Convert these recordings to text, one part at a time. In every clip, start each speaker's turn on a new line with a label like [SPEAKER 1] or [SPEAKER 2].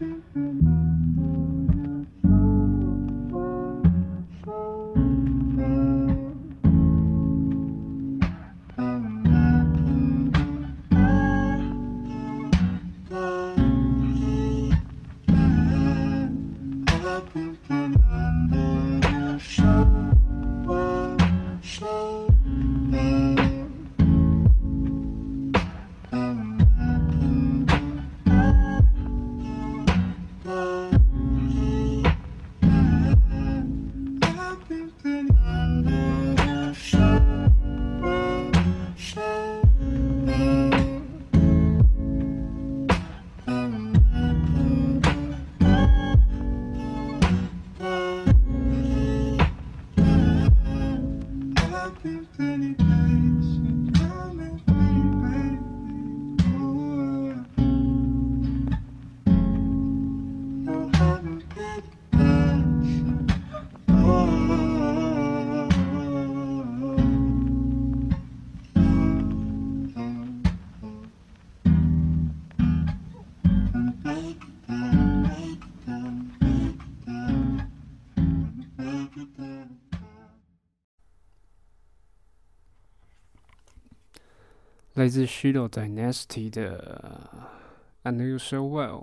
[SPEAKER 1] 来自 Shiloh Dynasty 的《I Know You So Well》。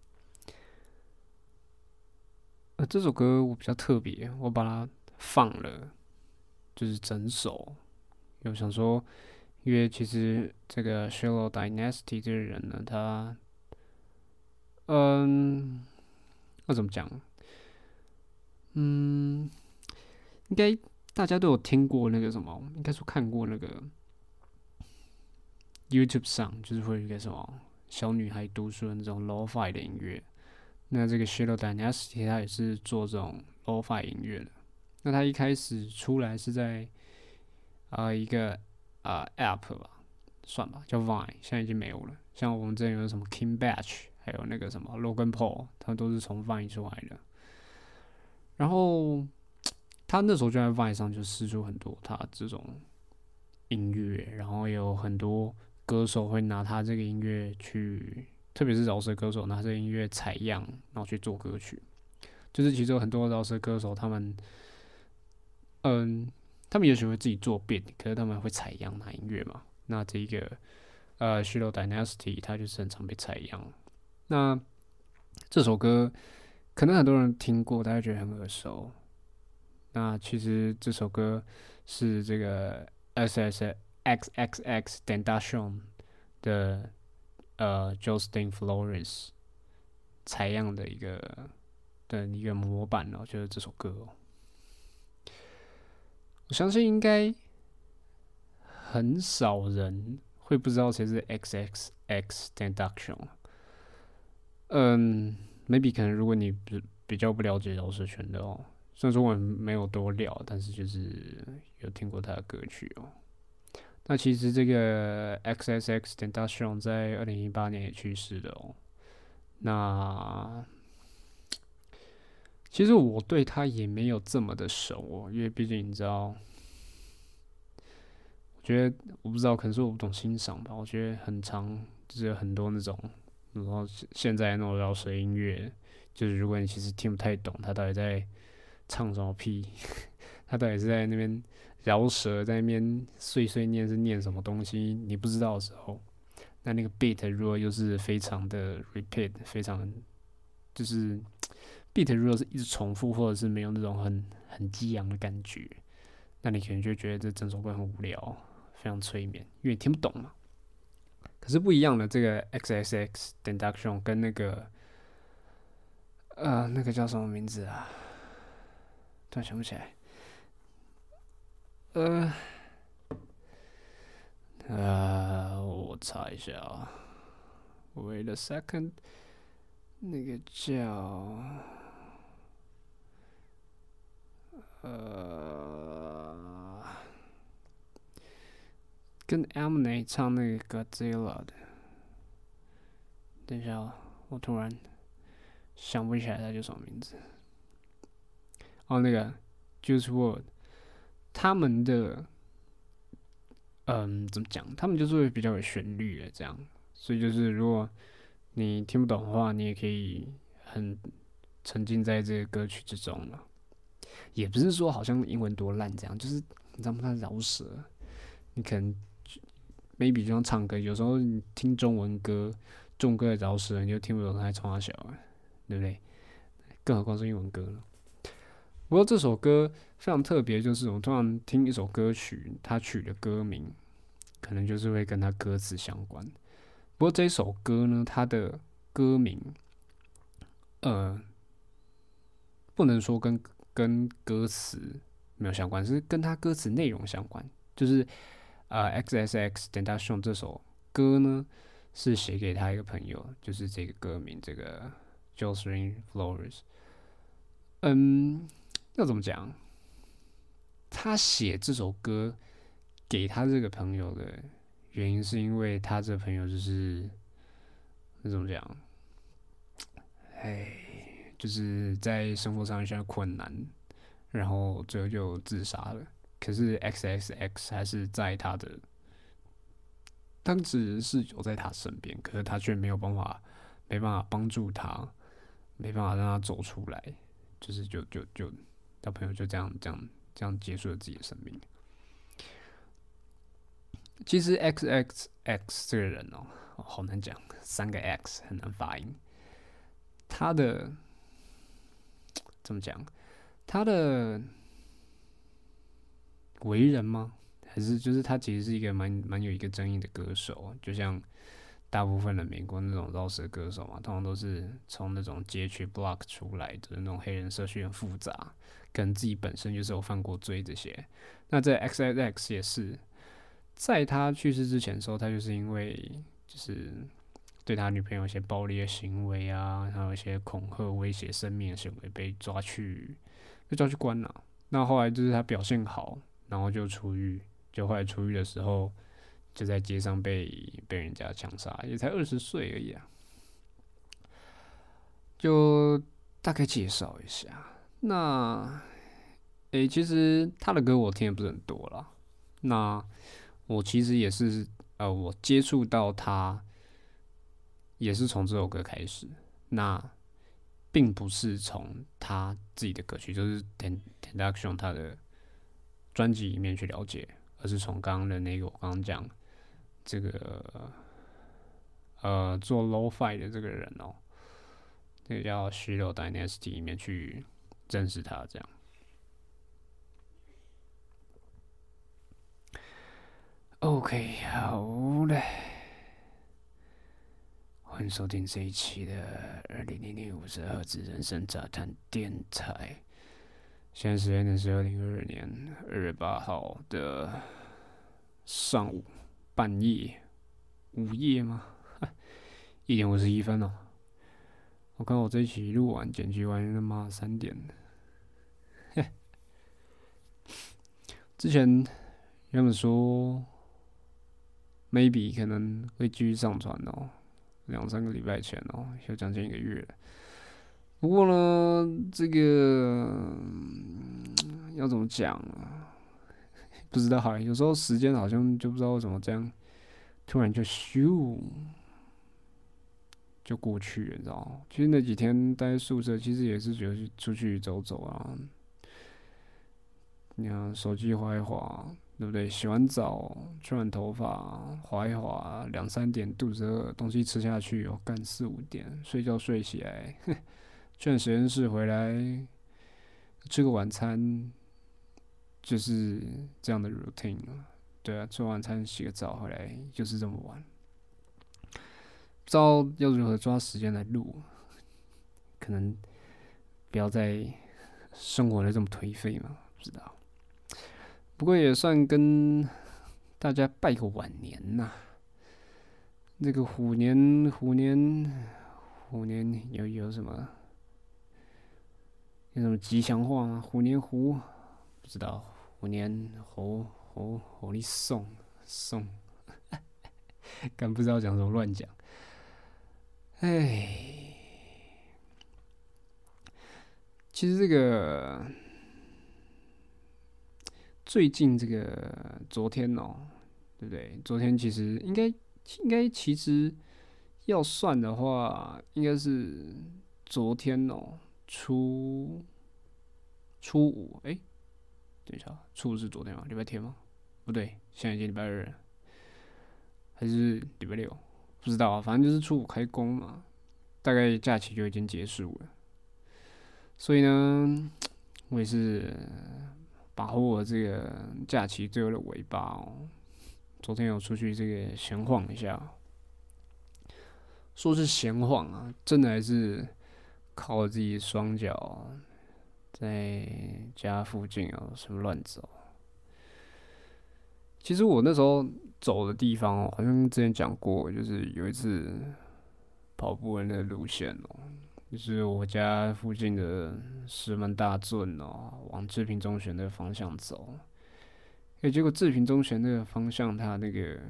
[SPEAKER 1] 这首歌我比较特别，我把它放了，就是整首。有想说，因为其实这个 Shiloh Dynasty 这个人呢，他，要怎么讲？应该大家都有听过那个什么，应该说看过那个 YouTube 上，就是会有一个什么小女孩读书的那种 Lo-Fi 的音乐。那这个 Shiloh Dynasty 他也是做这种 Lo-Fi 音乐的。那他一开始出来是在一个App 吧，算吧，叫 Vine， 现在已经没有了。像我们之前有什么 Kim Batch， 还有那个什么 Logan Paul， 他们都是从 Vine 出来的。然后他那时候就在 Vine 上就试出很多他这种音乐，然后也有很多歌手会拿他这个音乐去，特别是饶舌歌手拿这个音乐采样，然后去做歌曲。就是其实有很多饶舌歌手，他们也许会自己做 beat， 可是他们会采样拿音乐嘛。那这一个Shiloh Dynasty 它就是很常被采样。那这首歌可能很多人听过，大家觉得很耳熟。那其实这首歌是这个 XXX-Tentacion 的Justin Flores 采样的一个模板哦，就是这首歌哦。我相信应该很少人会不知道谁是 XXX-Tentacion。maybe 可能如果你比较不了解饶舌圈的哦，虽然说我没有多聊，但是就是有听过他的歌曲哦。那其实这个 XXX-Tentacion 在2018年也去世了哦。那其实我对他也没有这么的熟哦，因为毕竟你知道，我觉得我不知道，可能是我不懂欣赏吧。我觉得很长，就是有很多那种，然后现在那种饶舌音乐，就是如果你其实听不太懂他到底在唱什么屁，他到底是在那边饶舌，在那边碎碎念是念什么东西，你不知道的时候，那个 beat 如果又是非常的 repeat， 非常就是 beat 如果是一直重复，或者是没有那种很激昂的感觉，那你可能就觉得这整首歌很无聊，非常催眠，因为你听不懂嘛。可是不一样的，这个 XXX-Tentacion 跟那个那个叫什么名字啊？突然想不起来。我查一下啊。Wait a second， 那个叫跟 Eminem 唱那个 Godzilla 的。等一下哦，我突然想不起来他叫什么名字。哦，那个 Juice WRLD， 他们的怎么讲？他们就是会比较有旋律的这样，所以就是如果你听不懂的话，你也可以很沉浸在这个歌曲之中了。也不是说好像英文多烂这样，就是你知道吗？它饶舌，你可能 maybe 就像唱歌，有时候你听中文歌，中文歌的饶舌，你就听不懂他在冲啥小啊，对不对？更何况是英文歌了。不过这首歌非常特别，就是我通常听一首歌曲，它取的歌名可能就是会跟它歌词相关。不过这一首歌呢，它的歌名，不能说跟歌词没有相关，是跟它歌词内容相关。就是XXX Tentacion 这首歌呢，是写给他一个朋友，就是这个歌名，这个 Jocelyn Flores。要怎么讲？他写这首歌给他这个朋友的原因，是因为他这个朋友就是那怎么讲？就是在生活上遇到困难，然后最后就自杀了。可是 XXX 还是在他的当时是有在他身边，可是他却没办法帮助他，没办法让他走出来，就是他朋友就这样结束了自己的生命。其实 XXX 这个人好难讲，3个 X 很难发音。他的怎么讲？他的为人吗？还是就是他其实是一个蛮有一个争议的歌手，就像大部分的美国那种饶舌歌手嘛，通常都是从那种街区 block 出来的那种黑人社区很复杂，跟自己本身就是有犯过罪这些。那在 XXX 也是，在他去世之前的时候，他就是因为就是对他女朋友一些暴力的行为啊，还有一些恐吓、威胁生命的行为被抓去关了。那后来就是他表现好，然后就出狱，就后来出狱的时候，就在街上被人家枪杀，也才20岁而已啊。就大概介绍一下，那其实他的歌我听的不是很多啦。那我其实也是我接触到他也是从这首歌开始。那并不是从他自己的歌曲，就是 Tentacion 他的专辑里面去了解，而是从刚刚的那个我刚刚讲这个做 Lo-Fi 的这个人这个叫 Shiloh Dynasty 里面去认识他这样。OK， 好嘞，欢迎收听这一期的200052赫兹人生杂谈电台。现在时间是2022年2月8号的上午半夜午夜吗？1点51分哦。我看我这一期录完剪辑完，他妈3点了。之前原本说 maybe 可能会继续上传2-3个礼拜前有将近1个月了。不过呢，这个要怎么讲啊？不知道有时候时间好像就不知道为什么这样，突然就咻就过去了，你知道吗？其实那几天待在宿舍，其实也是觉得出去走走啊，你看手机滑一滑，对不对？洗完澡，吹完头发，滑一滑，2-3点肚子饿，东西吃下去，干4-5点，睡觉睡起来，去实验室回来吃个晚餐，就是这样的 routine 对啊，吃完晚餐洗个澡回来就是这么晚。不知道要如何抓时间来录，可能不要再生活的这么颓废嘛，不知道。不过也算跟大家拜个晚年呐。那个虎年有什么吉祥话吗？虎年虎不知道，虎年猴你送，敢不知道讲什么乱讲。其实这个最近这个昨天对不对？昨天其实应该其实要算的话，应该是昨天初五，等一下，初五是昨天吗？礼拜天吗？不对，现在已经礼拜二了，还是礼拜六？不知道啊，反正就是初五开工嘛，大概假期就已经结束了。所以呢，我也是把握了这个假期最后的尾巴昨天有出去这个闲晃一下，说是闲晃啊，真的还是靠自己双脚在家附近什么乱走。其实我那时候走的地方好像之前讲过，就是有一次跑步的那个路线就是我家附近的石门大圳往志平中学那个方向走。结果志平中学那个方向，它那个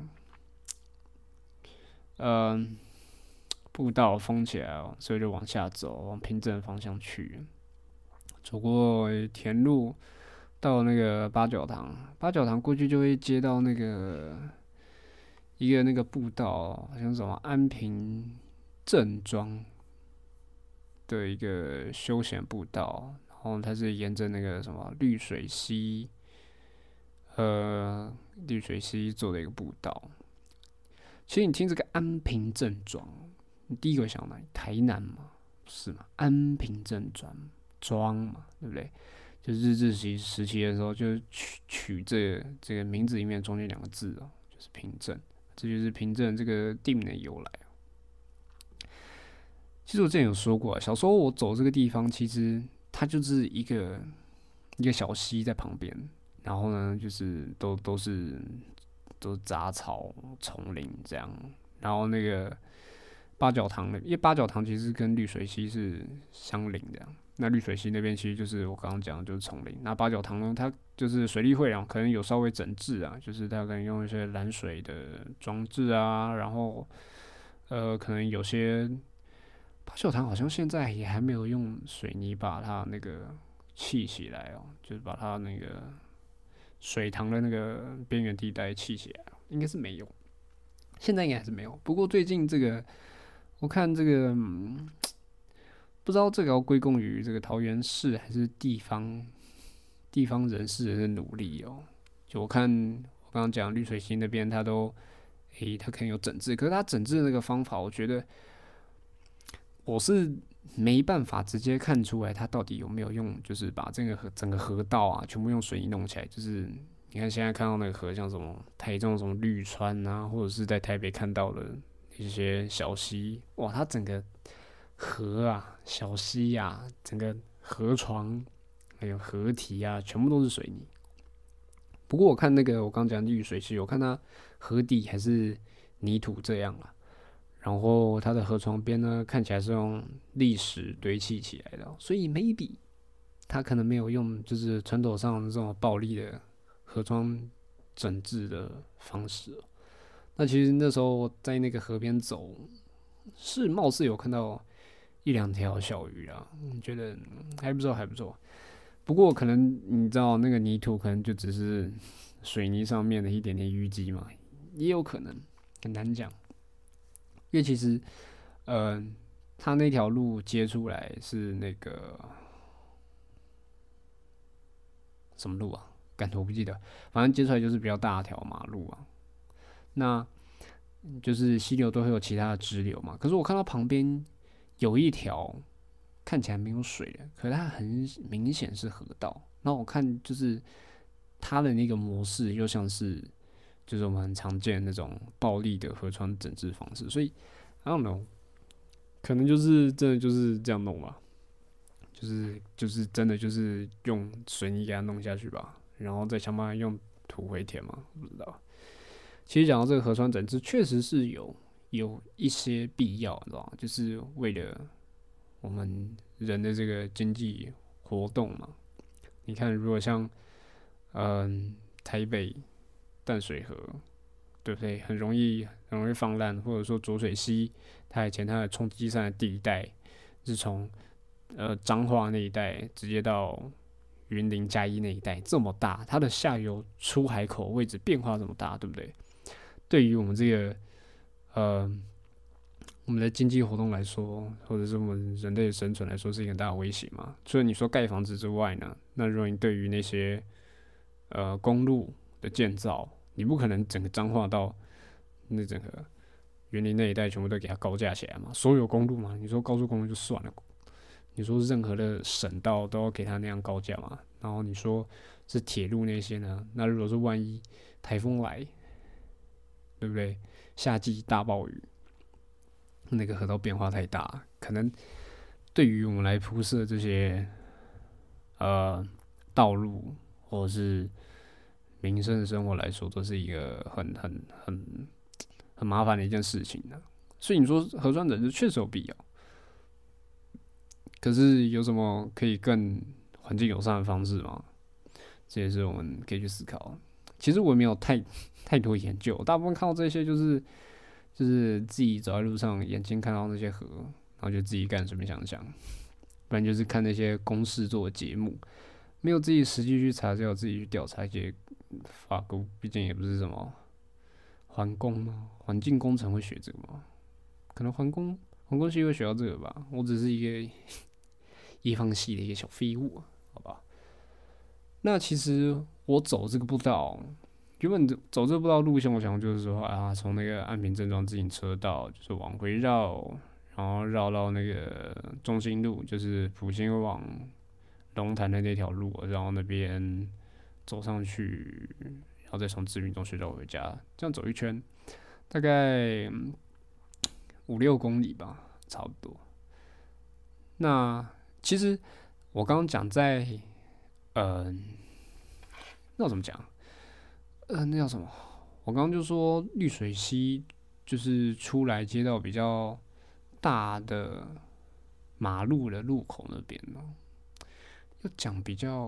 [SPEAKER 1] 步道封起来所以就往下走，往平镇的方向去。走过田路，到那个八角堂，八角堂过去就会接到一个那个步道，好像什么安平镇庄的一个休闲步道，然后它是沿着那个什么绿水溪做的一个步道。其实你听这个安平镇庄，你第一个会想到哪里？台南嘛，是嘛？安平镇庄嘛，对不对？就日治时期的时候，就取这个名字里面中间2个字就是平镇，这就是平镇这个地名的由来。其实我之前有说过，小时候我走这个地方，其实它就是一个小溪在旁边，然后呢，就是都是杂草丛林这样，然后那个八角堂因为八角堂其实跟绿水溪是相邻的，那绿水溪那边其实就是我刚刚讲的就是丛林，那八角堂呢，它就是水利会可能有稍微整治就是它可能用一些拦水的装置然后可能有些八角堂好像现在也还没有用水泥把它那个砌起来就是把它那个水塘的那个边缘地带砌起来应该是没有，现在应该还是没有。不过最近这个，我看这个，不知道这个要归功于这个桃园市还是地方人士的努力就我看我刚刚讲绿水溪那边，它可能有整治，可是它整治的那个方法，我觉得我是没办法直接看出来它到底有没有用，就是把这个整个河道全部用水泥弄起来。就是你看现在看到那个河，像什么台中什么绿川或者是在台北看到的一些小溪，哇，它整个河小溪整个河床还有河堤全部都是水泥。不过我看那个我刚讲绿水溪，我看它河底还是泥土这样然后它的河床边呢，看起来是用砾石堆砌起来的，所以 maybe 它可能没有用就是传统上这种暴力的河床整治的方式那其实那时候在那个河边走，是貌似有看到1-2条小鱼觉得还不错还不错。不过可能你知道那个泥土可能就只是水泥上面的一点点淤积嘛，也有可能，很难讲。因为其实，他那条路接出来是那个什么路感我不记得，反正接出来就是比较大条马路那就是溪流都会有其他的支流嘛，可是我看到旁边有一条看起来没有水的，可是它很明显是河道。那我看就是它的那个模式又像是就是我们很常见的那种暴力的河川整治方式，所以 I don't know， 可能就是真的就是这样弄吧，就是真的就是用水泥给它弄下去吧，然后再想办法用土回填嘛，不知道。其实讲到这个河川整治，确实是有一些必要，你知道吗？就是为了我们人的这个经济活动嘛。你看，如果像台北淡水河，对不对？很容易泛滥，或者说浊水溪，它以前它的冲积扇的地带是从彰化那一带直接到云林嘉义那一带这么大，它的下游出海口位置变化这么大，对不对？对于我们这个我们的经济活动来说，或者是我们人类的生存来说，是一个很大的威胁嘛。除了你说盖房子之外呢，那如果你对于那些公路的建造，你不可能整个彰化到那整个园林那一带全部都给它高架起来嘛。所有公路嘛，你说高速公路就算了，你说任何的省道都要给它那样高架嘛。然后你说是铁路那些呢，那如果是万一台风来，对不对？夏季大暴雨，那个河道变化太大，可能对于我们来铺设这些道路或者是民生的生活来说，都是一个很麻烦的一件事情呢。所以你说核酸整治确实有必要，可是有什么可以更环境友善的方式吗？这也是我们可以去思考。其实我也没有太多研究，大部分看到这些就是自己走在路上，眼睛看到那些河，然后就自己干，随便想想，不然就是看那些公式做的节目，没有自己实际去查，只有自己去调查一些法规，毕竟也不是什么环工吗？环境工程会学这个吗？可能环工系会学到这个吧。我只是一个一方系的一个小废物，好吧？那其实我走这个步道，原本走这个步道路线，我想就是说啊，从那个安平镇庄自行车道，就是往回绕，然后绕到那个中心路，就是普兴往龙潭的那条路，然后那边走上去，然后再从志明中学绕回家，这样走一圈，大概5-6公里吧，差不多。那其实我刚刚讲在那要怎么讲？那叫什么？我刚刚就说绿水溪就是出来接到比较大的马路的路口那边呢，要讲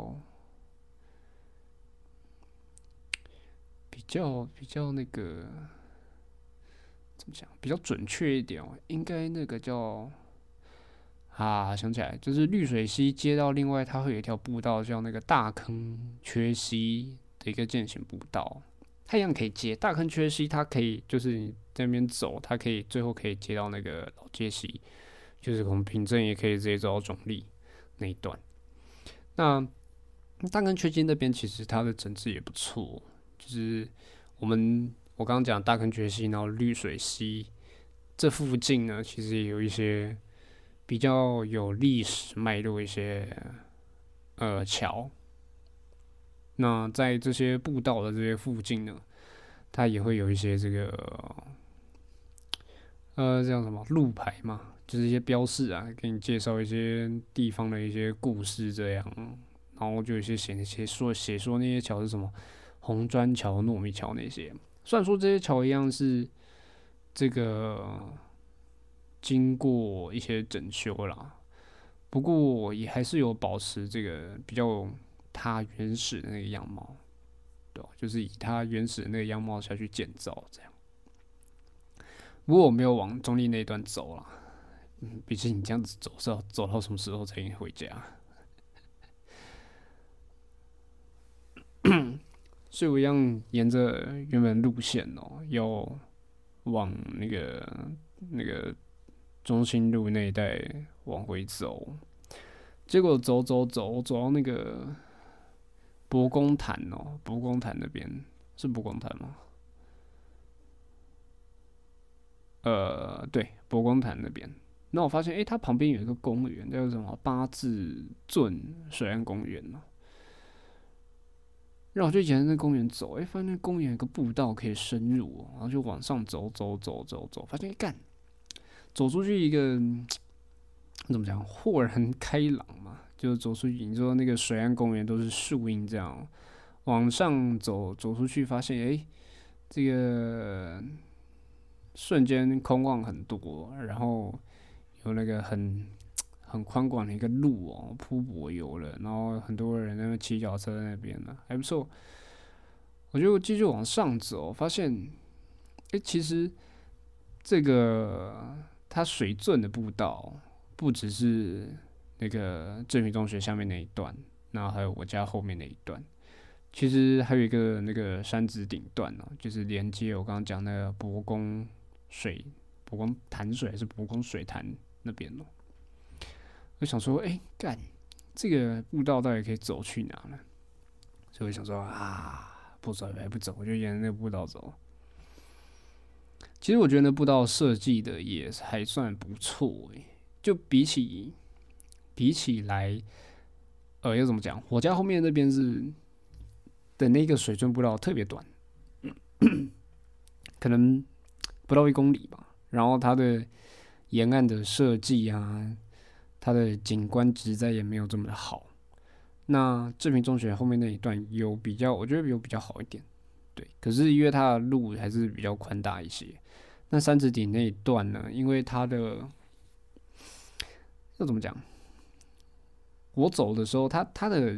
[SPEAKER 1] 比较那个怎么讲？比较准确一点哦，应该那个叫想起来，就是绿水溪接到另外它会有一条步道叫那个大坑缺溪的一个践行步道，它一样可以接大坑缺溪，它可以就是你在那边走，它可以最后可以接到那个老街溪，就是从平镇也可以直接走到中立那一段。那大坑缺溪那边其实它的整治也不错，就是我刚刚讲大坑缺溪，然后绿水溪这附近呢，其实也有一些比较有历史脉络一些桥。那在这些步道的这些附近呢，它也会有一些这个这叫什么路牌嘛，就是一些标示啊，给你介绍一些地方的一些故事这样。然后就有一些写说那些桥是什么红砖桥、糯米桥那些。虽然说这些桥一样是这个经过一些整修啦，不过也还是有保持这个比较它原始的那个样貌，对吧？就是以它原始的那个样貌下去建造这样。不过我没有往中立那一段走啦，毕竟你这样子走是要走到什么时候才可以回家？所以我一样沿着原本路线要往那个中心路那一带往回走，结果走到那个博公潭博公潭那边是博公潭吗？对，博公潭那边。那我发现，它旁边有一个公园，叫什么八字圳水岸公园然后我就沿着那公园走，发现那公园有个步道可以深入然后就往上走，发现干，走出去一个怎么讲，豁然开朗嘛，就走出去，你说那个水岸公园都是树荫这样，往上走出去，发现这个瞬间空旷很多，然后有那个很宽广的一个路铺柏油了，然后很多人在那骑脚车在那边呢，还不错。我就继续往上走，发现，其实这个它水圳的步道不只是那个正平中学下面那一段，然后还有我家后面那一段，其实还有一个那个山子顶段就是连接我刚刚讲那个博博光潭水还是博光水潭那边哦。我想说，干这个步道到底可以走去哪呢？所以我想说不走还不走，我就沿着那个步道走。其实我觉得那步道设计的也还算不错就比起来，要怎么讲？我家后面那边的那个水圳步道特别短，可能不到1公里吧。然后它的沿岸的设计啊，它的景观实在也没有这么的好。那志平中学后面那一段我觉得有比较好一点，对。可是因为它的路还是比较宽大一些。那三子顶那一段呢，因为它的要怎么讲？我走的时候，它的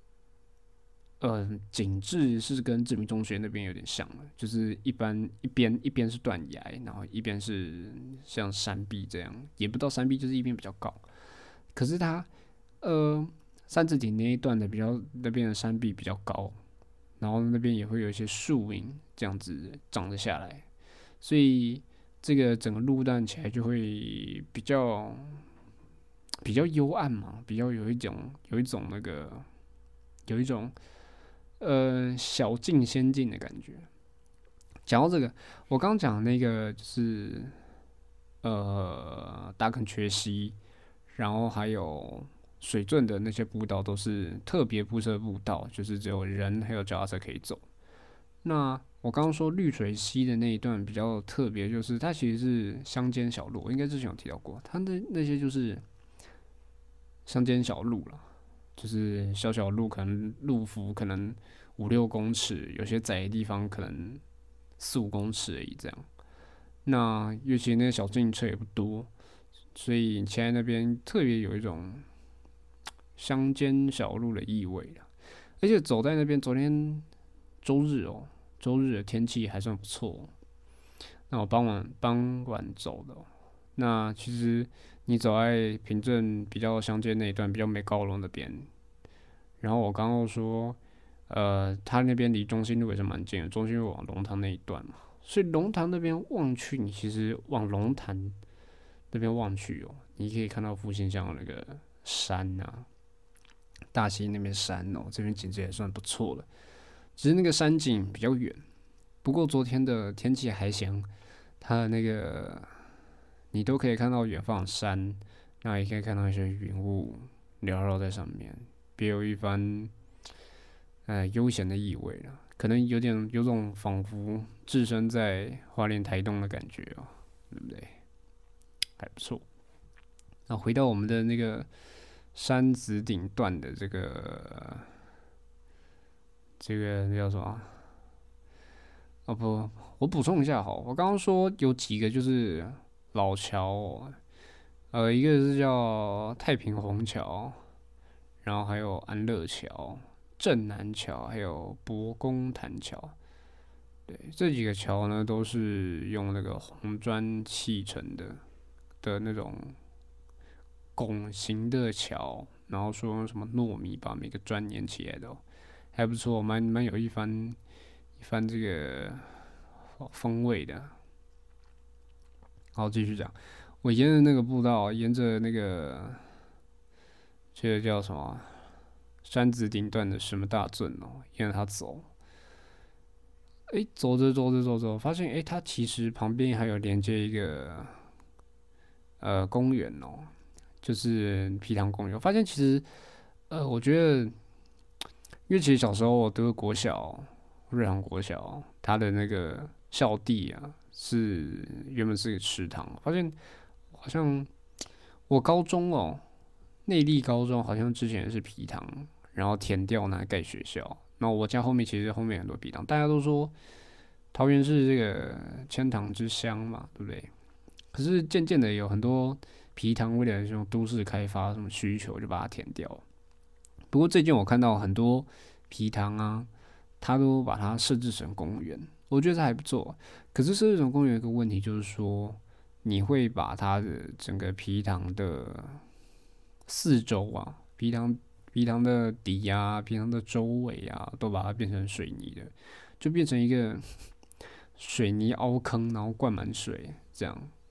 [SPEAKER 1] 景致是跟志明中学那边有点像的，就是一边是断崖，然后一边是像山壁这样，也不到山壁，就是一边比较高。可是它三字顶那一段的那边的山壁比较高，然后那边也会有一些树荫这样子长得下来，所以这个整个路段起来就会比较幽暗嘛，比较有一种小径仙境的感觉。讲到这个，我刚讲的那个就是大坑缺溪，然后还有水圳的那些步道都是特别铺设步道，就是只有人还有脚踏车可以走。那我刚刚说绿水溪的那一段比较特别，就是它其实是乡间小路，我应该之前有提到过，它那些就是乡间小路啦，就是小路，可能路幅可能5-6公尺，有些窄的地方可能4-5公尺而已这样。那尤其那些小自行车也不多，所以现在那边特别有一种乡间小路的意味啦。而且走在那边，昨天周日的天气还算不错。那我傍晚走的那其实你走在平镇比较乡间那一段，比较没高楼那边，然后我刚刚说，它那边离中心路也是蛮近的，中心路往龙潭那一段嘛，所以龙潭那边望去，你其实往龙潭那边望去你可以看到附近像那个山啊，大溪那边山这边景致也算不错了，只是那个山景比较远。不过昨天的天气还行，它的那个你都可以看到远方的山，那也可以看到一些云雾缭绕在上面，别有一番悠闲的意味了。可能有种仿佛置身在花莲台东的感觉对不对？还不错。那回到我们的那个山子顶段的这个叫什么？不，我补充一下我刚刚说有几个就是老桥一个是叫太平虹桥，然后还有安乐桥、镇南桥，还有博公潭桥。对，这几个桥呢都是用那个红砖砌成的那种拱形的桥，然后说用什么糯米把每个砖粘起来的还不错，蛮有一番这个风味的。好，继续讲，我沿着那个步道，沿着那个这个叫什么山子顶段的什么大圳沿着它走。走着，发现它其实旁边还有连接一个公园就是皮塘公园。我发现其实我觉得，因为其实小时候我读国小，瑞航国小，它的那个校地原本是个池塘，发现好像我高中内坜高中好像之前是皮塘，然后填掉拿来盖学校。那我家后面其实后面很多皮塘，大家都说桃园是这个千塘之乡嘛，对不对？可是渐渐的有很多皮塘为了这种都市开发什么需求，就把它填掉。不过最近我看到很多皮塘啊，它都把它设置成公园，我觉得这还不错。可是设置成公园有一个问题就是说，你会把它的整个皮塘的四周皮塘的底皮塘的周围都把它变成水泥的，就变成一个水泥凹坑，然后灌满水这样。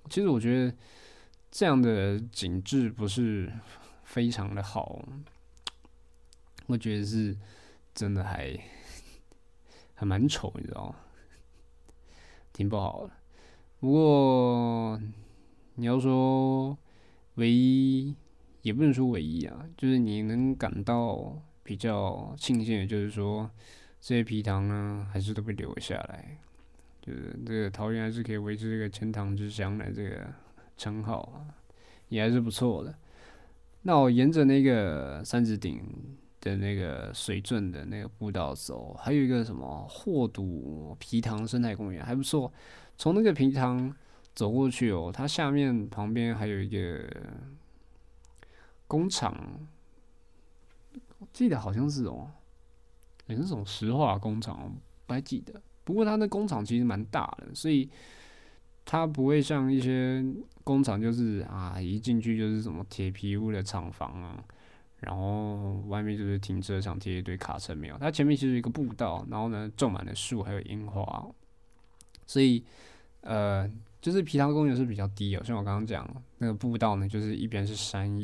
[SPEAKER 1] 其实我觉得这样的景致不是非常的好，我觉得是真的还蛮丑，你知道吗？挺不好的。不过你要说唯一，也不能说唯一啊，就是你能感到比较庆幸的，就是说这些皮糖呢，还是都被留下来，就是这个桃园还是可以维持这个千糖之乡的这个称号啊，也还是不错的。那我沿着那个三子顶的那个水圳的那个步道走，还有一个什么霍堵皮塘生态公园，还不错。从那个皮塘走过去哦，它下面旁边还有一个工厂，我记得好像是哦，也是这种石化工厂，不太记得。不过它那工厂其实蛮大的，所以它不会像一些工厂，就是啊一进去就是什么铁皮屋的厂房啊，然后外面就是停车场贴一堆卡车，没有。它前面其实有一个步道，然后呢种满了树，还有樱花，所以呃，就是皮塘公园是比较低哦，像我刚刚讲那个步道呢，就是一边是山，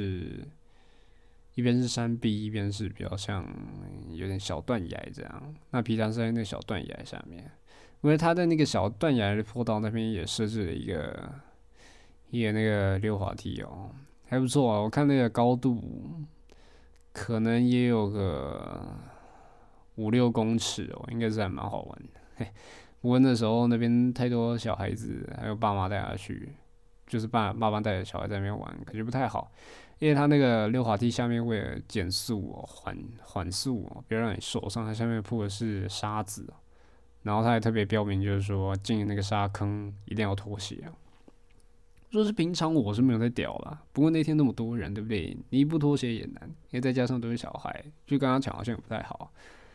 [SPEAKER 1] 一边是山壁，一边是比较像有点小断崖这样。那皮塘是在那个小断崖下面，因为它的那个小断崖的坡道那边也设置了一个那个溜滑梯哦，还不错啊。我看那个高度可能也有个5、6公尺哦，应该是还蛮好玩的。嘿，不过那时候那边太多小孩子，还有爸妈带他去，就是爸妈带着小孩在那边玩，感觉不太好。因为它那个溜滑梯下面为了减速哦，缓速哦，别让你受伤，它下面铺的是沙子哦，然后它还特别标明，就是说进那个沙坑一定要脱鞋哦。说是平常我是没有在屌啦，不过那天那么多人，对不对？你一不脱鞋也难，因为再加上都是小孩，就跟他讲好像也不太好。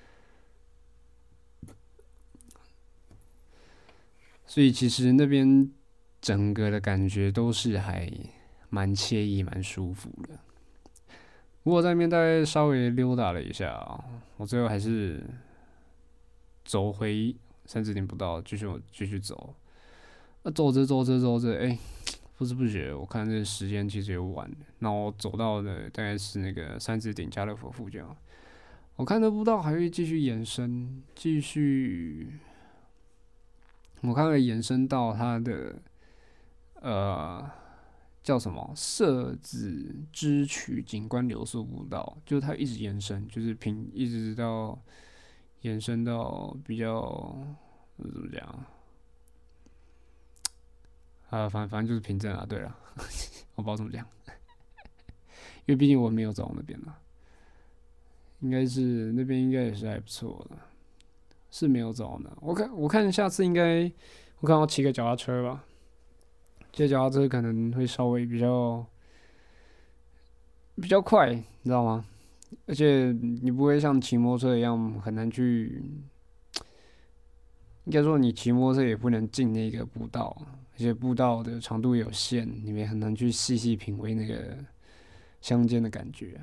[SPEAKER 1] 所以其实那边整个的感觉都是还蛮惬意、蛮舒服的。不过在那边大概稍微溜达了一下啊，我最后还是走回3点不到，继续走。那走着，不知不觉我看这时间其实有晚了。那我走到的大概是那个三字顶家乐福附近啊，我看那步道还会继续延伸，我看会延伸到它的呃叫什么社子支取景观流速步道，就是它一直延伸，就是一直到延伸到比较怎么讲反正就是凭证啊。对了，我不知道怎么讲，因为毕竟我没有走到那边嘛，应该是那边应该也是还不错的，是没有走呢。我看下次应该我看要骑个脚踏车吧，骑脚踏车可能会稍微比较快，你知道吗？而且你不会像骑摩托车一样很难去，应该说你骑摩托车也不能进那个步道，而且步道的长度有限，你也很难去细细品味那个乡间的感觉。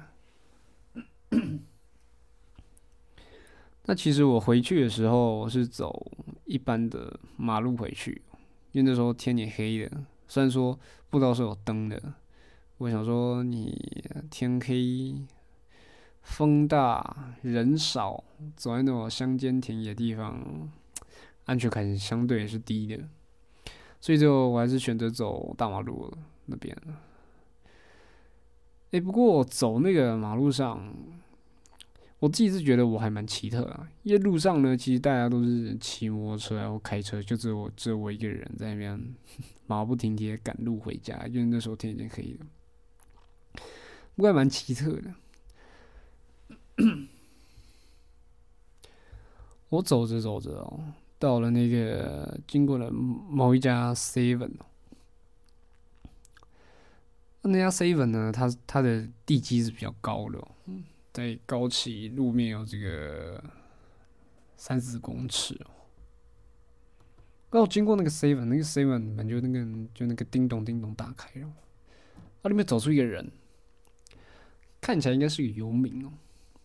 [SPEAKER 1] 那其实我回去的时候，我是走一般的马路回去，因为那时候天也黑的，虽然说步道是有灯的，我想说你天黑风大人少，走在那种乡间田野地方，安全感相对也是低的，所以最后我还是选择走大马路那边。不过我走那个马路上，我自己是觉得我还蛮奇特啊，因为路上呢，其实大家都是骑摩托车然后开车，就只有我一个人在那边马不停蹄的赶路回家，因为那时候天已经黑了，不过还蛮奇特的。我走着走着哦，到了那个经过了某一家 Seven 哦，那家 Seven 呢，它的地基是比较高的哦，在高起路面有这个3、4公尺哦。刚好经过那个 Seven，那个 Seven 门就那个叮咚叮咚打开了，里面走出一个人，看起来应该是个游民哦。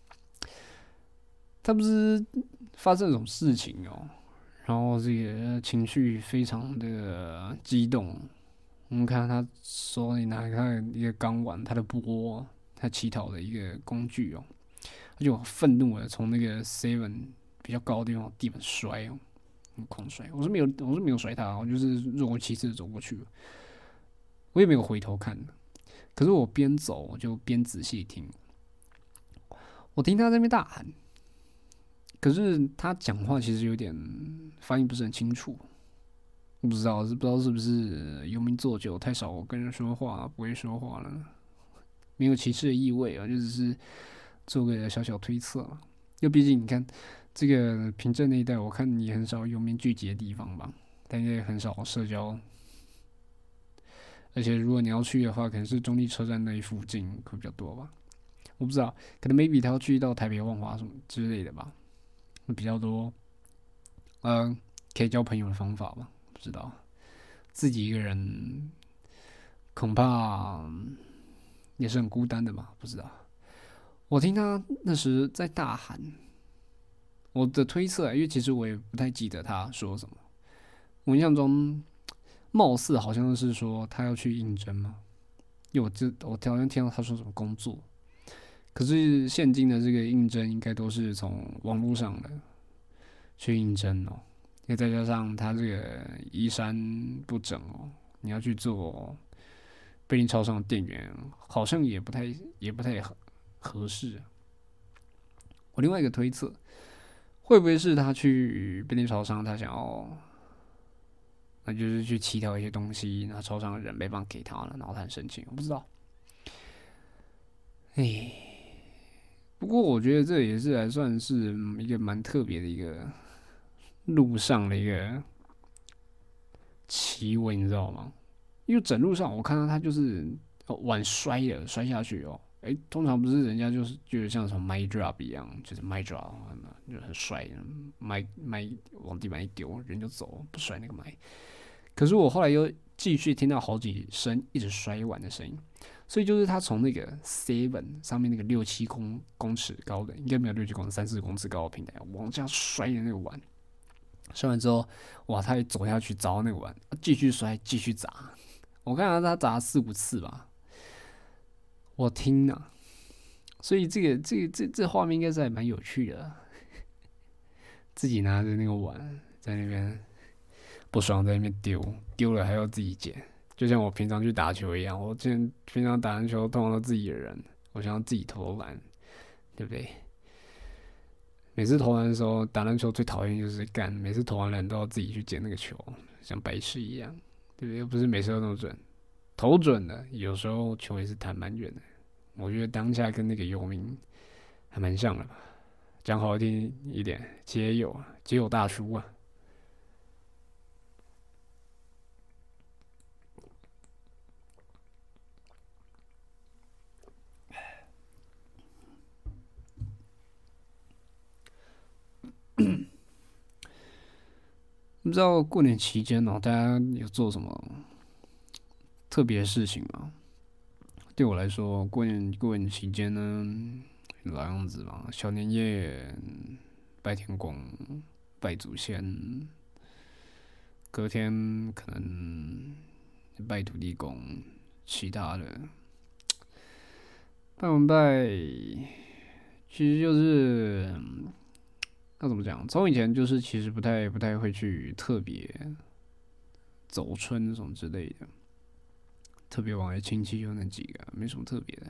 [SPEAKER 1] 他不是发生这种事情哦，然后这个情绪非常的激动， 我们看他手里拿他的一个钢碗，他的钵，他乞讨的一个工具哦，他就愤怒的从那个 Seven 比较高的地方地板摔哦，狂摔。我是没有摔他，我就是若无其事的走过去了，我也没有回头看。可是我边走我就边仔细听，我听他在那边大喊，可是他讲话其实有点发音不是很清楚。我不知道是不是游民做酒太少跟人说话不会说话了，没有歧视的意味啊，就只是做个小小推测嘛。因为毕竟你看这个平镇那一带，我看也很少游民聚集的地方吧，但也很少社交。而且如果你要去的话，可能是中立车站那一附近会比较多吧。我不知道，可能 maybe 他要去到台北万华什么之类的吧，会比较多可以交朋友的方法吧。不知道自己一个人恐怕也是很孤单的吧。不知道，我听他那时在大喊，我的推测因为其实我也不太记得他说什么。我印象中，貌似好像是说他要去应征嘛，因为我好像听到他说什么工作，可是现今的这个应征应该都是从网络上的去应征哦，因为再加上他这个衣衫不整哦，你要去做便利超商的店员，好像也不太合适。我另外一个推测，会不会是他去便利超商，他想要，那就是去乞讨一些东西，然后超商的人没办法给他了，然后他很生气，我不知道。哎，不过我觉得这也是还算是一个蛮特别的一个路上的一个奇闻，你知道吗？因为整路上我看到他就是碗摔了，摔下去哦。通常不是人家就是像什么 my drop 一样，就是 my drop，就很帅，my 往地板一丢，人就走，不摔那个 my。可是我后来又继续听到好几声一直摔碗的声音，所以就是他从那个 Seven 上面那个6、7公尺高的，应该没有6、7公尺，3、4公尺高的平台往这样摔的那个碗，摔完之后，哇，他也走下去找到那个碗，继续摔，继续砸。我看到他砸了4、5次吧，我听啊，所以这画面应该是还蛮有趣的，自己拿着那个碗在那边不爽，在那边丢了还要自己捡，就像我平常去打球一样。我平常打篮球通常都自己的人，我想要自己投篮，对不对？每次投篮的时候，打篮球最讨厌就是每次投完篮都要自己去捡那个球，像白痴一样，对不对？又不是每次都那么准，投准了，有时候球也是弹蛮远的。我觉得当下跟那个游民还蛮像的吧，讲好听一点，街友大叔啊。不知道过年期间大家有做什么特别的事情吗？对我来说，过年期间呢，老样子嘛，小年夜拜天公、拜祖先，隔天可能拜土地公，其他的拜完拜，其实就是要怎么讲？从以前就是其实不太会去特别走春什么之类的，特别往来亲戚就那几个，没什么特别的。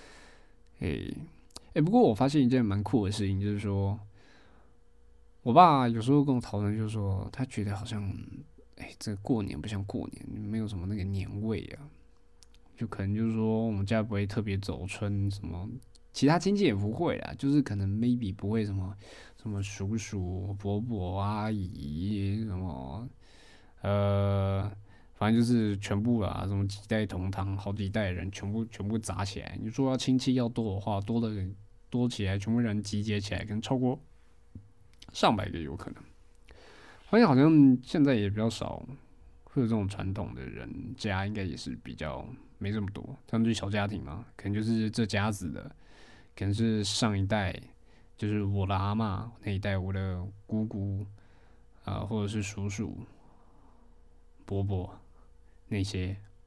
[SPEAKER 1] 不过我发现一件蛮酷的事情，就是说我爸有时候跟我讨论，就是说他觉得好像，这个过年不像过年，没有什么那个年味啊。就可能就是说我们家不会特别走春什么，其他亲戚也不会啦，就是可能 maybe 不会什么叔叔、伯伯、阿姨什么，反正就是全部啦，什么几代同堂，好几代人全部砸起来。你说要亲戚要多的话，多起来，全部人集结起来，可能超过上百个有可能。发现好像现在也比较少会有这种传统的人家，应该也是比较没这么多。他们就是小家庭嘛，可能就是这家子的，可能是上一代，就是我的阿嬷那一代，我的姑姑或者是叔叔、伯伯那些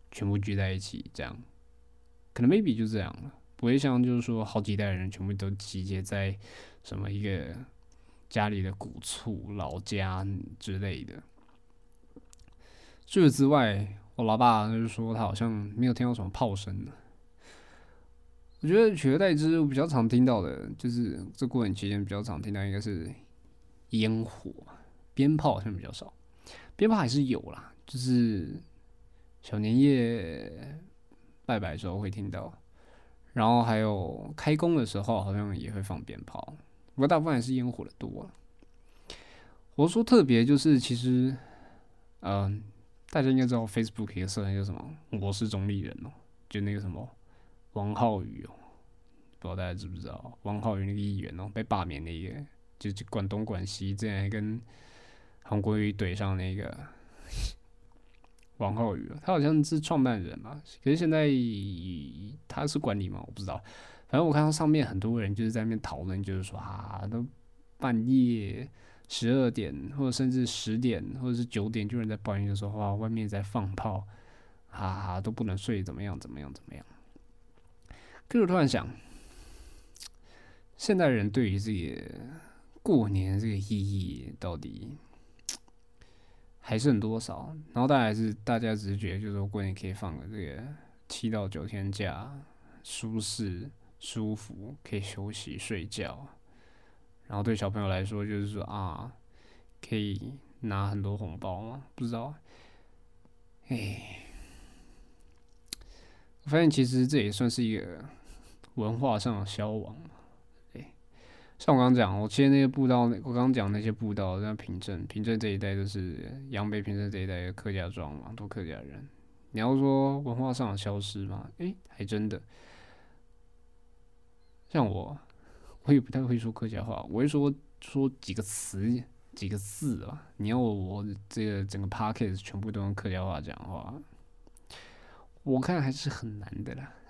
[SPEAKER 1] 全部聚在一起，这样可能 maybe 就这样了，不会像就是说好几代人全部都集结在什么一个家里的古厝、老家之类的。除此之外，我老爸就是说他好像没有听到什么炮声的。我觉得取而代之，我比较常听到的就是这过年期间比较常听到应该是烟火，鞭炮好像比较少，鞭炮还是有啦，就是小年夜拜拜的时候会听到，然后还有开工的时候好像也会放鞭炮，不过大部分还是烟火的多了。我说特别就是其实，大家应该知道 Facebook 一个社团叫什么？我是中立人哦、就那个什么王浩宇哦、不知道大家知不知道？王浩宇那个议员哦、被罢免那个，就管东管西，之前还跟韩国瑜怼上那个王浩宇，他好像是创办人嘛，可是现在他是管理吗？我不知道。反正我看到上面很多人就是在那边讨论，就是说啊，都半夜12点，或者甚至10点，或者是9点，就有人在抱怨，就说哇，外面在放炮，都不能睡，怎么样，怎么样，怎么样。可是我突然想，现代人对于这个过年这个意义到底还剩多少？然后大家只是觉得，就是说过年可以放个这个7到9天假，舒适舒服，可以休息睡觉。然后对小朋友来说，就是说啊，可以拿很多红包吗？不知道。哎，我发现其实这也算是一个文化上的消亡。像我刚刚讲，我切那些步道，我刚刚讲那些步道，像平镇这一带都是杨北平镇这一带的客家庄嘛，都客家人。你要说文化上的消失吗？还真的。像我也不太会说客家话，我会说几个词、几个字啊。你要我这个整个 podcast 全部都用客家话讲话，我看还是很难的啦。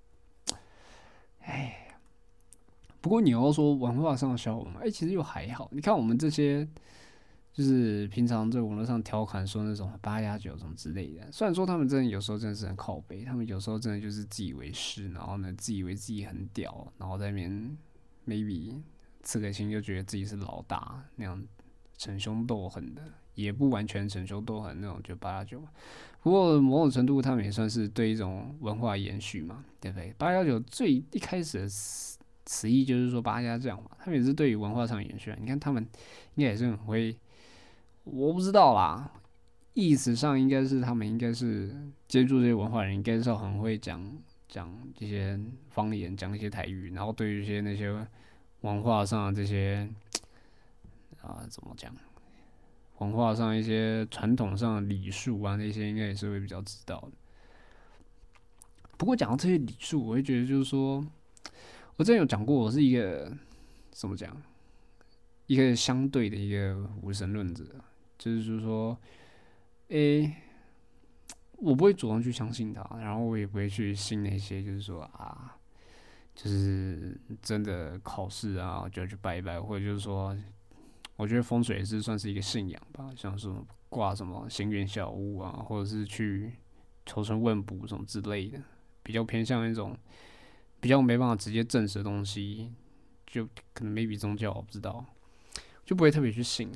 [SPEAKER 1] 哎，不过你要说文化上的消亡，其实又还好。你看我们这些，就是平常在网络上调侃说那种8+9什么之类的，虽然说他们真的有时候真的是很靠北，他们有时候真的就是自以为是，然后呢自以为自己很屌，然后在那边 maybe 刺个青就觉得自己是老大那样，逞凶斗狠的，也不完全逞凶斗狠那种，就8+9。不过某种程度，他们也算是对一种文化延续嘛，对不对？8+9最一开始的词义就是说八家将嘛，他们也是对于文化上延续。你看他们应该也是很会，我不知道啦，意思上应该是他们应该是接触这些文化人，应该是很会讲这些方言，讲一些台语，然后对于一些那些文化上的这些怎么讲？文化上一些传统上的礼数啊，那些应该也是会比较知道的。不过讲到这些礼数，我会觉得就是说，我之前有讲过，我是一个怎么讲，一个相对的一个无神论者，就是说，诶、我不会主动去相信他，然后我也不会去信那些，就是说啊，就是真的考试啊，就要去拜一拜，或者就是说，我觉得风水也是算是一个信仰吧，像是挂什么行源小屋啊，或者是去求神问卜什么之类的，比较偏向一种比较没办法直接证实的东西，就可能 maybe 宗教我不知道，就不会特别去信。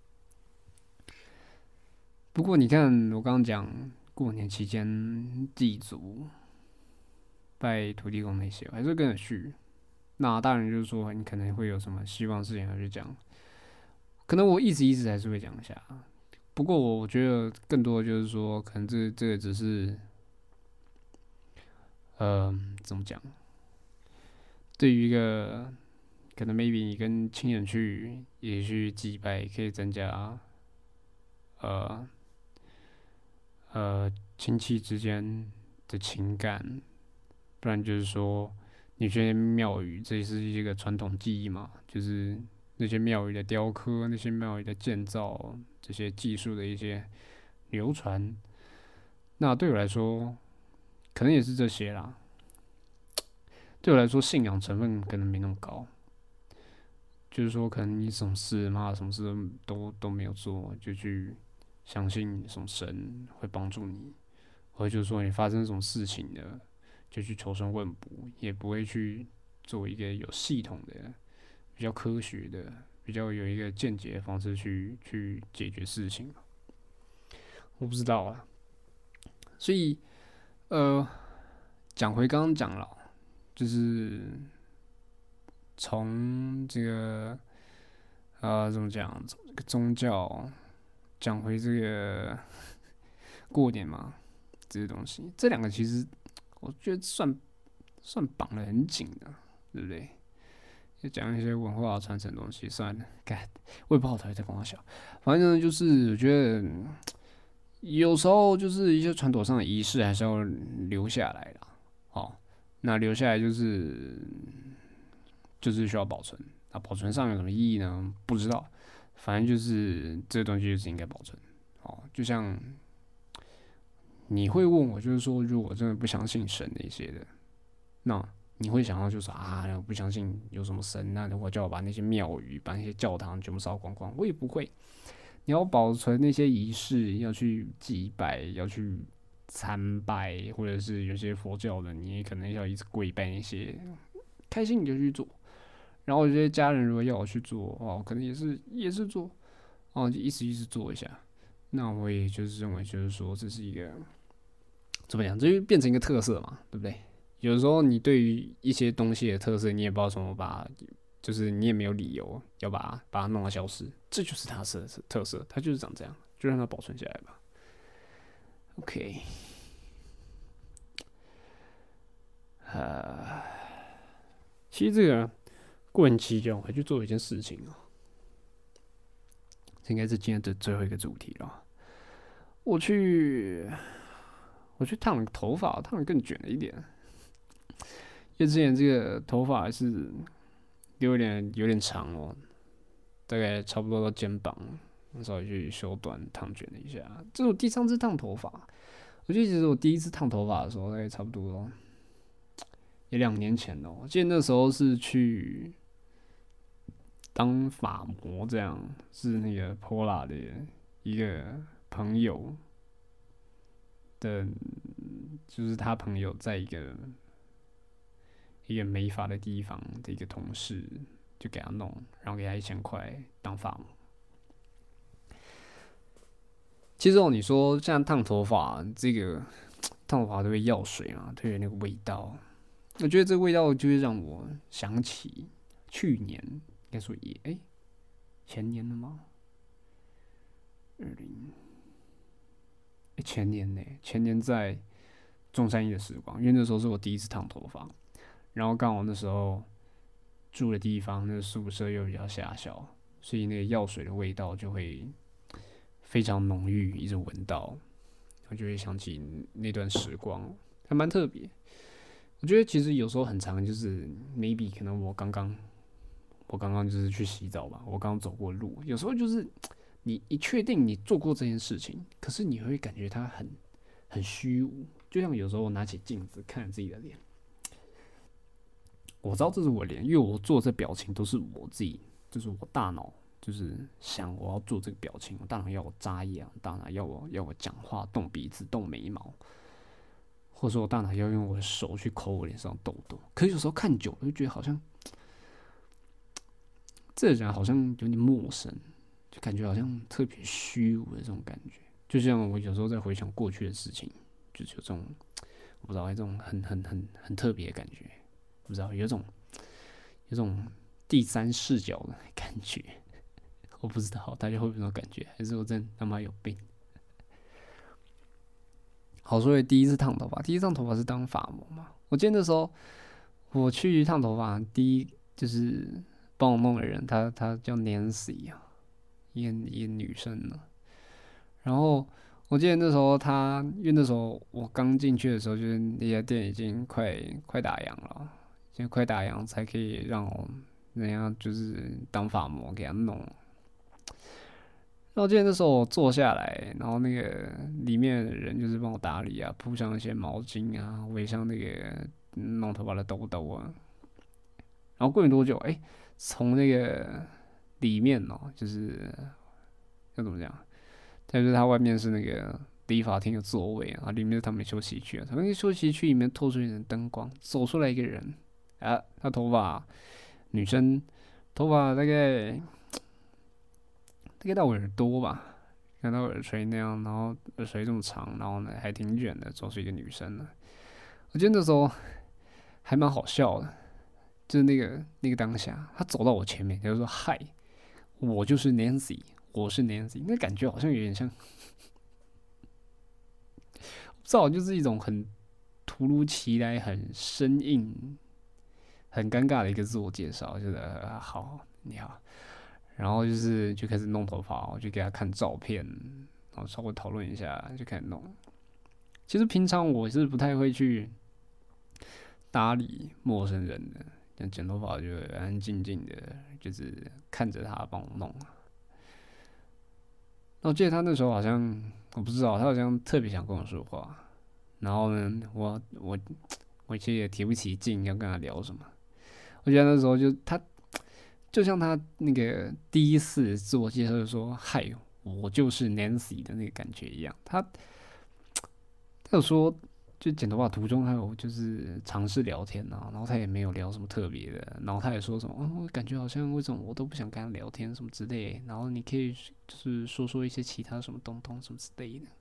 [SPEAKER 1] 不过你看我刚刚讲过年期间祭祖、拜土地公那些，我还是跟着去。那当然就是说，你可能会有什么希望事情要去讲，可能我一直还是会讲一下。不过我觉得更多的就是说，可能这个只是，怎么讲？对于一个可能 maybe 你跟亲人去也去祭拜，可以增加呃亲戚之间的情感，不然就是说你去庙宇，这也是一个传统技艺嘛，就是那些庙宇的雕刻、那些庙宇的建造、这些技术的一些流传。那对我来说，可能也是这些啦。对我来说，信仰成分可能没那么高，就是说，可能你什么事什么事都没有做，就去相信什么神会帮助你， 或者就是说你发生什么事情了，就去求神问卜，也不会去做一个有系统的、比较科学的、比较有一个见解的方式去解决事情。我不知道啊，所以讲回刚刚讲了，就是从这个怎么讲，这个宗教讲回这个过年嘛，这些东西，这两个其实我觉得算绑得很紧的，对不对？就讲一些文化传承的东西，算了，干，我也不好台在跟我笑，反正就是我觉得有时候就是一些传统上的仪式还是要留下来啦。哦，那留下来就是需要保存。那保存上有什么意义呢？不知道，反正就是这个东西就是应该保存。哦，就像你会问我，就是说，如果我真的不相信神那些的，那你会想到就是啊，我不相信有什么神，那我叫我把那些庙宇、把那些教堂全部烧光光，我也不会。你要保存那些仪式，要去祭拜，要去参拜，或者是有些佛教的，你也可能要一直跪拜那些，开心你就去做。然后有些家人如果要我去做，哦，可能也是做，哦，就一直做一下。那我也就是认为，就是说这是一个怎么讲，这就变成一个特色嘛，对不对？有时候你对于一些东西的特色，你也不知道怎么把，就是你也没有理由要把它弄到消失，这就是它的特色，它就是长这样，就让它保存下来吧。OK，其实这个过年期间我还去做一件事情哦，这应该是今天的最后一个主题了。我去烫了头发，烫的更卷了一点，因为之前这个头发还是有点长哦，大概差不多到肩膀，稍微去修短烫卷了一下。这是我第三次烫头发，我记得其实我第一次烫头发的时候，大概差不多也2年前了。我记得那时候是去当发模，这样是那个 Pola 的一个朋友的，就是他朋友在一个美发的地方的一个同事，就给他弄，然后给他1000块当发模。其实你说像烫头发，这个烫头发都会药水嘛，都有那个味道。我觉得这个味道就会让我想起去年，应该说前年了吗？前年呢？前年在中山一的时光，因为那时候是我第一次烫头发，然后刚好那时候住的地方那个宿舍又比较狭小，所以那个药水的味道就会非常浓郁，一直闻到，我就会想起那段时光，还蛮特别。我觉得其实有时候很长，就是 maybe 可能我刚刚就是去洗澡吧，我刚刚走过路，有时候就是你确定你做过这件事情，可是你会感觉它很虚无，就像有时候我拿起镜子看着自己的脸，我知道这是我脸，因为我做这表情都是我自己，就是我大脑就是想我要做这个表情，我大脑要我眨眼，大脑要我讲话动鼻子动眉毛，或者说我大脑要用我的手去抠我脸上的痘痘。可是有时候看久了，就觉得好像这个人好像有点陌生，就感觉好像特别虚无的这种感觉。就像我有时候在回想过去的事情，就是有这种我不知道这种很特别的感觉，不知道有种第三视角的感觉。我不知道大家会不会有这种感觉，还是我真他妈有病？好，所以第一次烫头发是当发模嘛？我记得那时候我去烫头发，第一就是帮我弄的人，她叫 Nancy 啊，一个女生呢。然后我记得那时候因为那时候我刚进去的时候，就是那家店已经快打烊了，现在快打烊才可以让人家就是当发模给他弄。然后我记得那时候我坐下来，然后那个里面的人就是帮我打理啊，铺上一些毛巾啊，围上那个弄头发的兜兜啊。然后过没多久，从那个里面就是要怎么讲？就是它外面是那个理发厅的座位啊，里面是他们的休息区啊。他们休息区里面透出一点灯光，走出来一个人啊，他头发女生头发大概到耳朵吧，看到耳垂那样，然后耳垂这么长，然后呢还挺卷的，走出一个女生呢。我觉得那时候还蛮好笑的，就是那个当下，他走到我前面，他就说：“嗨，我就是 Nancy，我是 Nancy。”那感觉好像有点像，不知道，就是一种很突如其来、很生硬、很尴尬的一个自我介绍，就是好，你好。然后就开始弄头发，我就给他看照片，然后稍微讨论一下，就开始弄。其实平常我是不太会去搭理陌生人的，像剪头发就安安静静的，就是看着他帮我弄。那我记得他那时候好像，我不知道，他好像特别想跟我说话。然后呢，我其实也提不起劲要跟他聊什么。我觉得那时候就像他那个第一次自我介绍就说“嗨，我就是 Nancy” 的那个感觉一样。他有说，就剪头发途中，还有就是尝试聊天啊，然后他也没有聊什么特别的，然后他也说什么，我感觉好像为什么我都不想跟他聊天什么之类的，然后你可以就是说一些其他什么东东什么之类的。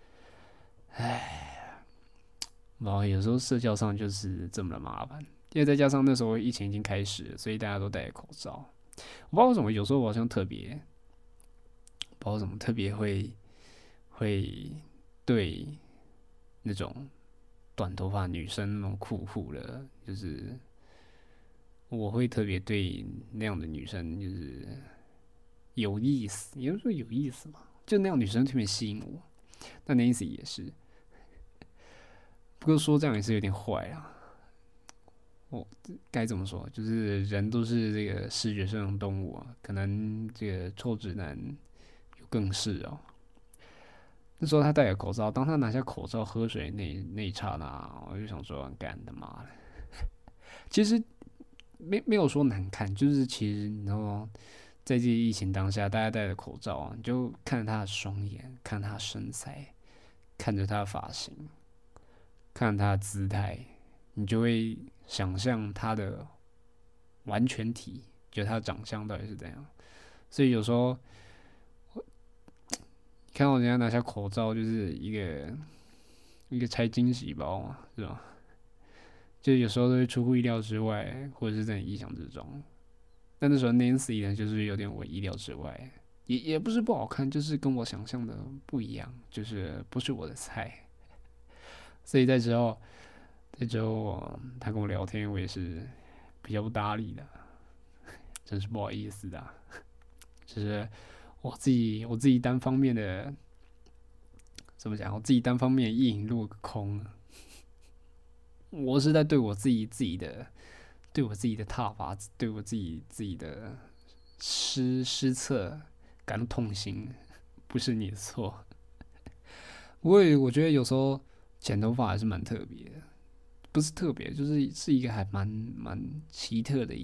[SPEAKER 1] 然后有时候社交上就是这么的麻烦，因为再加上那时候疫情已经开始了，所以大家都戴着口罩。我不知道为什么，有时候我好像特别，不知道为什么特别会对那种短头发女生那种酷酷的，就是我会特别对那样的女生就是有意思，也就是说有意思嘛，就那样女生特别吸引我。那 Nancy 也是，不过说这样也是有点坏啊。我该怎么说？就是人都是这个视觉上的动物啊，可能这个臭直男有更是哦。那时候他戴着口罩，当他拿下口罩喝水那一刹那，我就想说，干他妈的！其实没有说难看，就是其实你知道吗？在这疫情当下，大家戴着口罩啊，你就看着他的双眼，看他的身材，看着他的发型，看着他的姿态，你就会想象他的完全体，就他的长相到底是怎样。所以有时候看到人家拿下口罩，就是一个拆惊喜包嘛，是吧？就有时候都会出乎意料之外，或者是在你意想之中。但那时候 Nancy 呢，就是有点我意料之外，也不是不好看，就是跟我想象的不一样，就是不是我的菜。所以在之后他跟我聊天，我也是比较不搭理的，真是不好意思的啊。就是我自己单方面的怎么讲？我自己单方面意淫落个空，我是在对我自己的踏法，对我自己的失策感到痛心，不是你的错。我觉得有时候剪头发还是蛮特别的，不是特别，就是一个还蛮奇特的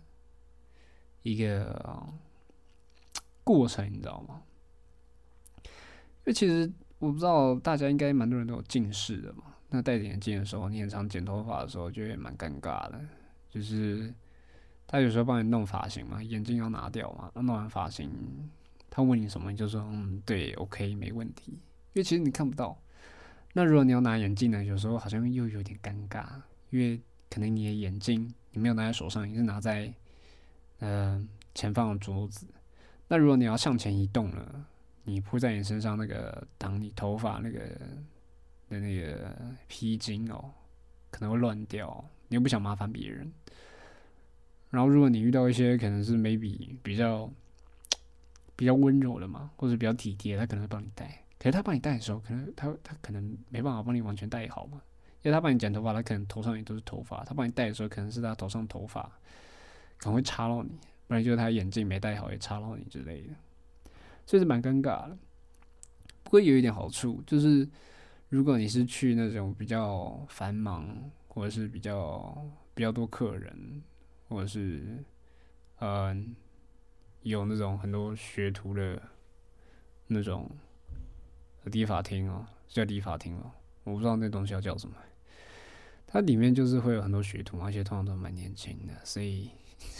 [SPEAKER 1] 一个过程，你知道吗？因为其实我不知道大家应该蛮多人都有近视的嘛。那戴眼镜的时候，你很常剪头发的时候，就会蛮尴尬的。就是他有时候帮你弄发型嘛，眼镜要拿掉嘛，那弄完发型，他问你什么，你就说对，OK，没问题。因为其实你看不到。那如果你要拿眼镜呢，有时候好像又有点尴尬，因为可能你的眼镜你没有拿在手上，你是拿在前方的桌子。那如果你要向前移动了，你铺在你身上那个挡你头发那个披巾哦，可能会乱掉，你又不想麻烦别人。然后如果你遇到一些可能是 maybe 比较温柔的嘛，或者比较体贴，他可能会帮你戴。可是他帮你戴的时候，可能他可能没办法帮你完全戴好嘛，因为他帮你剪头发，他可能头上也都是头发，他帮你戴的时候，可能是他头上头发可能会插到你，不然就是他眼镜没戴好也插到你之类的，所以是蛮尴尬的。不过有一点好处就是，如果你是去那种比较繁忙，或者是比较多客人，或者是呃有那种很多学徒的那种理发厅哦，叫理发厅哦，我不知道那东西要叫什么。它里面就是会有很多学徒，而且通常都蛮年轻的，所以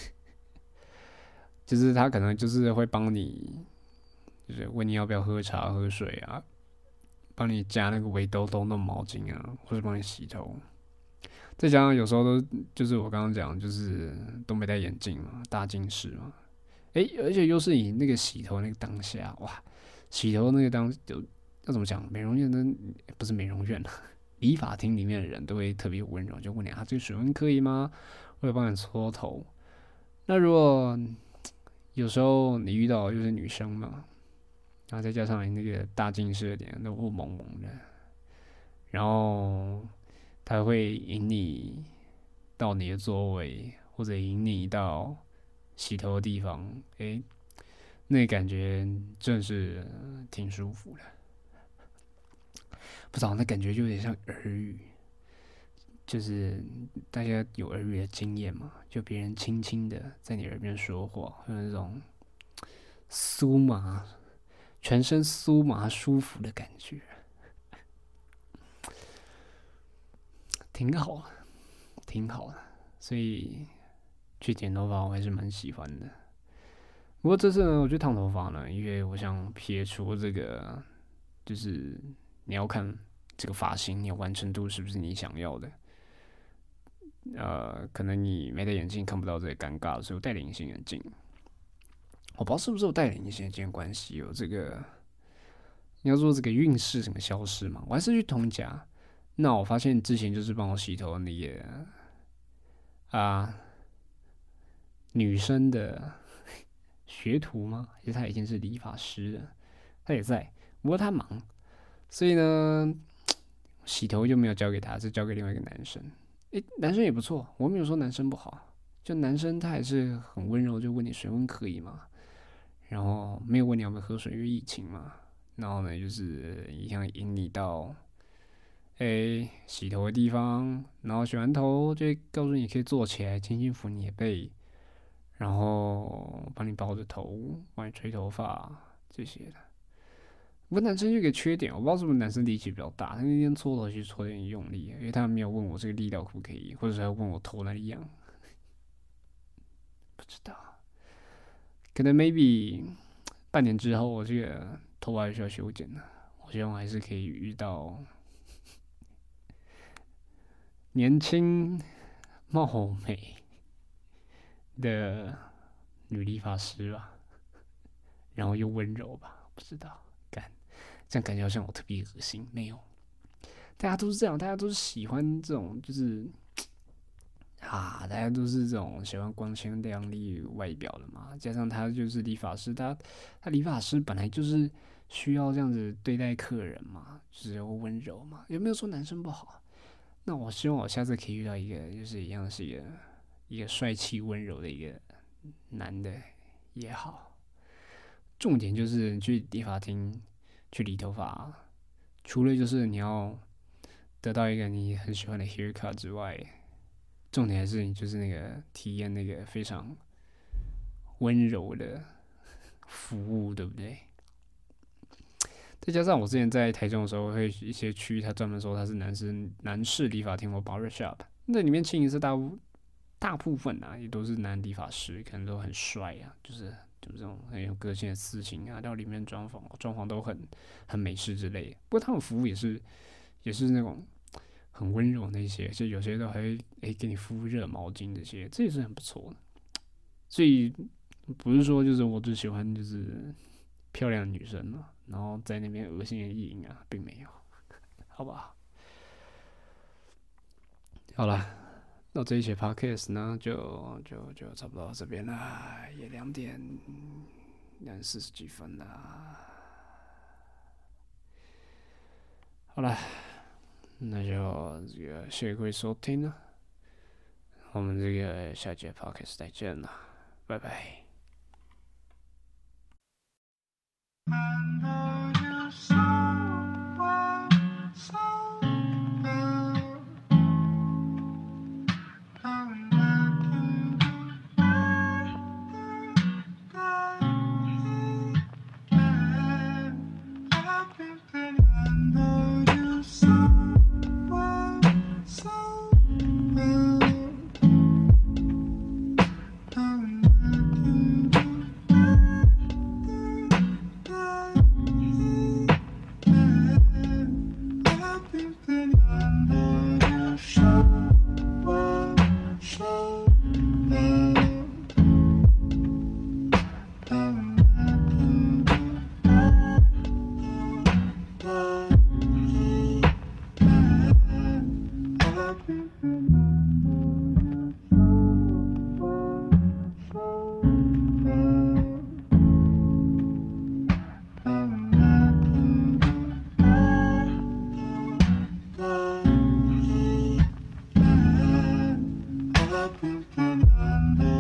[SPEAKER 1] 就是他可能就是会帮你，就是问你要不要喝茶、喝水啊，帮你加那个围兜兜、弄毛巾啊，或者帮你洗头。再加上有时候都就是我刚刚讲，就是都没戴眼镜嘛，大近视嘛。而且又是你那个洗头那个当下，哇，洗头那个要怎么讲？美容院的不是美容院啊，理发厅里面的人都会特别温柔，就问你啊，这个水温可以吗？或者帮你搓头。那如果有时候你遇到就是女生嘛，然后再加上你那个大近视的脸都雾蒙蒙的，然后他会引你到你的座位，或者引你到洗头的地方，那感觉真的是挺舒服的。不知道那感觉就有点像耳语，就是大家有耳语的经验嘛，就别人轻轻的在你耳边说话，有那种酥麻、全身酥麻舒服的感觉，挺好的，挺好的。所以去剪头发我还是蛮喜欢的。不过这次呢，我去烫头发呢，因为我想撇除这个，就是你要看这个发型，你的完成度是不是你想要的。可能你没戴眼镜看不到这个尴尬，所以我戴了隐形眼镜。我不知道是不是我戴了隐形眼镜的关系，有这个你要说这个运势整个消失嘛，我还是去同家。那我发现之前就是帮我洗头的那个女生的学徒吗？其实他已经是理发师了，他也在，不过他忙，所以呢，洗头就没有交给他，是交给另外一个男生。男生也不错，我没有说男生不好，就男生他还是很温柔，就问你水温可以吗？然后没有问你要不要喝水，因为疫情嘛。然后呢，就是一样引你到洗头的地方，然后洗完头就会告诉你可以坐起来，轻轻扶你的背，然后帮你包着头，帮你吹头发这些的。不过男生有个缺点，我不知道是不是男生力气比较大，他那天搓头其实搓的有点用力，因为他没有问我这个力道可不可以，或者是还问我头哪里痒，不知道，可能 maybe 半年之后我这个头发需要修剪了，我希望还是可以遇到年轻貌美的女理发师吧，然后又温柔吧，不知道，这样感觉好像我特别恶心，没有，大家都是这样，大家都是喜欢这种，就是大家都是这种喜欢光鲜亮丽外表的嘛，加上他就是理发师，他理发师本来就是需要这样子对待客人嘛，就是要温柔嘛，有没有说男生不好？那我希望我下次可以遇到一个就是一样是一个帅气温柔的一个男的也好。重点就是你去理发厅去理头发，除了就是你要得到一个你很喜欢的 haircut 之外，重点还是你就是那个体验那个非常温柔的服务，对不对？再加上我之前在台中的时候，会一些区域，他专门说他是男士理发厅或 barber shop，那里面清一色大部分也都是男理发师，可能都很帅啊，就是这种很有个性的刺青啊，到里面装潢都很美式之类的。不过他们服务也是那种很温柔那些，就有些都还会给你敷热毛巾这也是很不错的。所以不是说就是我只喜欢就是漂亮的女生嘛，然后在那边恶心的意淫并没有，好不好？好了，那这一节 podcast 呢，就差不多到这边啦，也2:40几分啦。好了，那就这个谢谢各位收听了，我们这个下节 podcast 再见了，拜拜。
[SPEAKER 2] na na